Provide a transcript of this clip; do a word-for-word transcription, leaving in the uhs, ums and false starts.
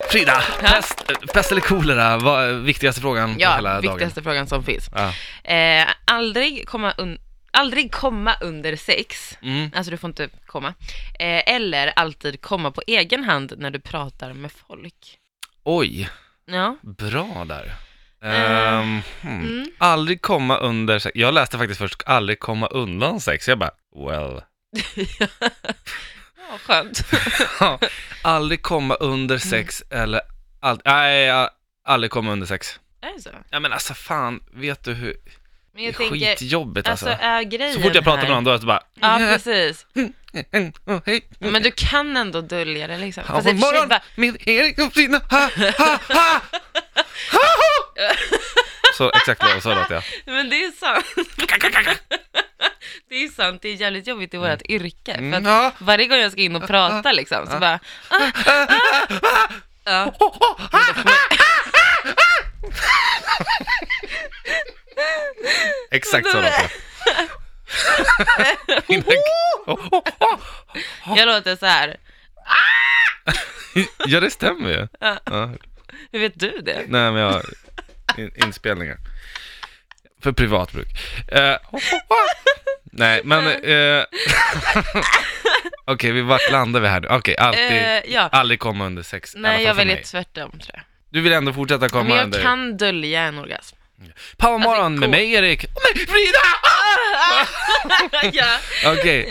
Frida, pest, pest eller kolera? Vad är viktigaste frågan på Ja, hela viktigaste dagen? frågan som finns. Ja. Eh, aldrig komma un- aldrig komma under sex. Mm. Alltså du får inte komma. Eh, eller alltid komma på egen hand när du pratar med folk. Oj, Ja. bra där. Eh, Um, hmm. mm. Aldrig komma under sex. Jag läste faktiskt först aldrig komma undan sex. Jag bara, well. Ja, skönt. Ja, aldrig komma under sex eller all... Nej, jag- aldrig komma under sex. Är det så? Ja men alltså fan, vet du hur Men jag det är tänker, skitjobbigt alltså. alltså är grejen Så fort jag pratar här... med någon då är det bara Ja, precis. oh, hej. Men du kan ändå dölja det liksom. Ja, Fast i och god för sig morgon, bara- med Erik och Frida. Ha, ha, ha. Så exakt vad så låter jag. Men det är sant. Det är sant, det är jävligt jobbigt i vårt yrke. För att Ja. varje gång jag ska in och prata liksom, så bara... Ah, ah. Ja. Exakt så låter jag. Jag låter så här. Ja, det stämmer ju. Ja. Ja. Hur vet du det? Nej, men jag har in, inspelningar. För privatbruk. Eh, nej, men... Eh, Okej, okay, vi vart landar vi här nu? Okej, okay, alltid, Eh, ja. aldrig komma under sex. i alla Nej, fall jag för väljer mig. tvärtom, tror jag. Du vill ändå fortsätta komma Men jag under... kan dölja en orgasm. Powermorgon Alltså, med cool. mig, Erik. Och mig, Frida! Ja. Okej.